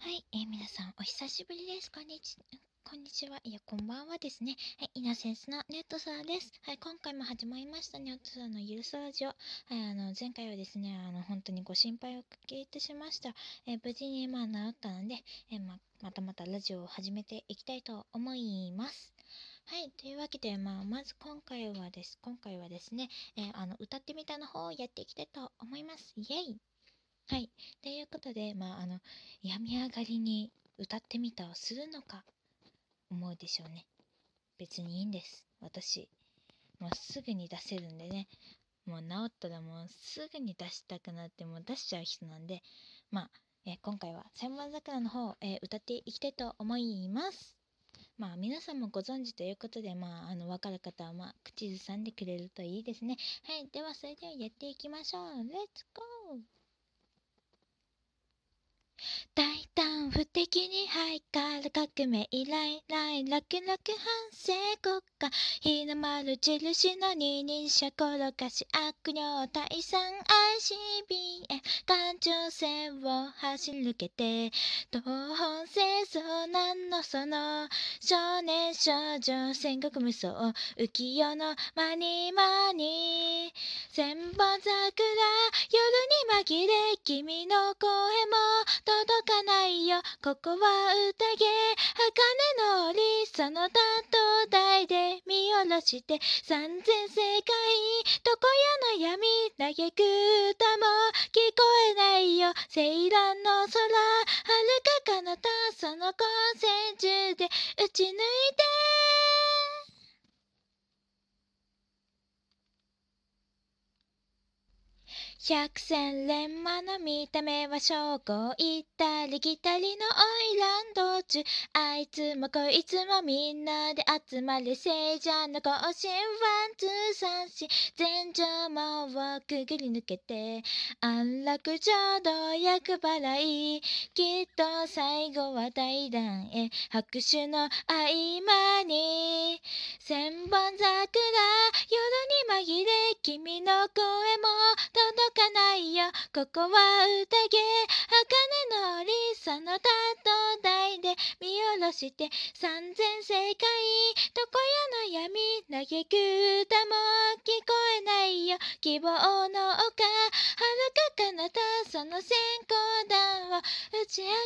はい、皆さんお久しぶりです。こんにちは。いや、こんばんはですね。はい、イナセンスのネットサーです。はい、今回も始まりましたネットサーのゆるさラジオ。はい、前回はですね、本当にご心配をおかけいたしました。無事に、治ったので、またラジオを始めていきたいと思います。はい、というわけで、まず今回はですね、歌ってみたの方をやっていきたいと思います。イエイ。はい。ということで、病み上がりに歌ってみたをするのか思うでしょうね。別にいいんです。私、もうすぐに出せるんでね。もう治ったらもうすぐに出したくなってもう出しちゃう人なんで、今回は千本桜の方を、歌っていきたいと思います。皆さんもご存知ということで、わかる方は、口ずさんでくれるといいですね。はい。では、それではやっていきましょう。レッツゴー。大胆不敵にハイカール革命以来来楽々反省国家日の丸印の二人者転がし悪霊退散 ICBM 環状線を走り抜けて東本戦争なんのその少年少女戦国無双浮世の間に間に千本桜夜に紛れ君の声も届かないよここは宴茜のりその担当台で見下ろして三千世界床屋の闇嘆く歌も聞こえないよセイランの空遥か彼方その光線中で打ち抜いて百戦錬磨の見た目は将校行ったり来たりの花魁道中あいつもこいつもみんなで集まれ聖者の行進ワンツー三四全城門をくぐり抜けて安楽浄土厄払いきっと最後は大団へ拍手の合間に千本桜夜に紛れ君の声も届かないよここは宴茜のりその担当台で見下ろして三千世界床屋の闇嘆く歌も聞こえないよ希望の丘遥か彼方その閃光弾を打ち上げろ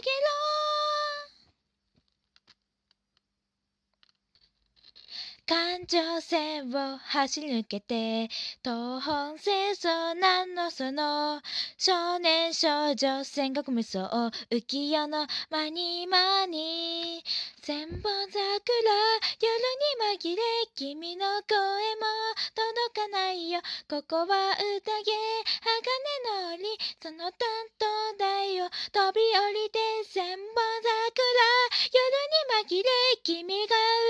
環状線を走り抜けて東本戦争なんのその少年少女戦国無双浮世の間に間に千本桜夜に紛れ君の声も届かないよここは宴鋼のりその担当台を飛び降りて千本桜夜に紛れ君が歌い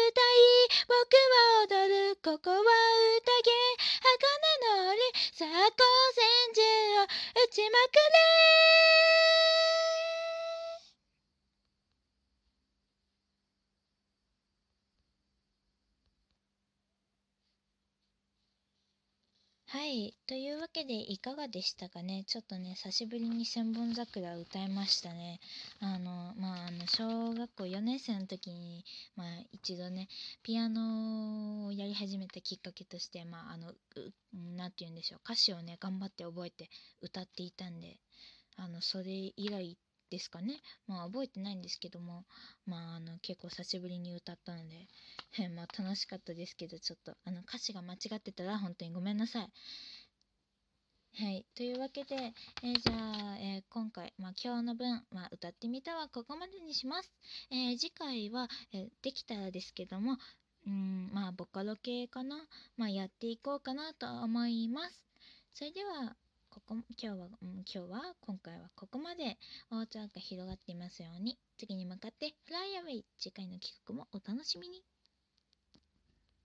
僕は踊るここは宴鋼のりさあ光線銃を撃ちまくれはい。というわけで、いかがでしたかね。ちょっとね、久しぶりに千本桜を歌いましたね。小学校4年生の時に、一度ね、ピアノをやり始めたきっかけとして、なんて言うんでしょう、歌詞をね、頑張って覚えて歌っていたんで、それ以来ですかね。覚えてないんですけども、結構久しぶりに歌ったので、楽しかったですけど、ちょっと、歌詞が間違ってたら、本当にごめんなさい。はい。というわけで、じゃあ、今回、今日の分、歌ってみたはここまでにします。次回は、できたらですけども、ボカロ系かな。やっていこうかなと思います。それでは、今回はここまで。大空が広がっていますように、次に向かってフライアウェイ。次回の企画もお楽しみに。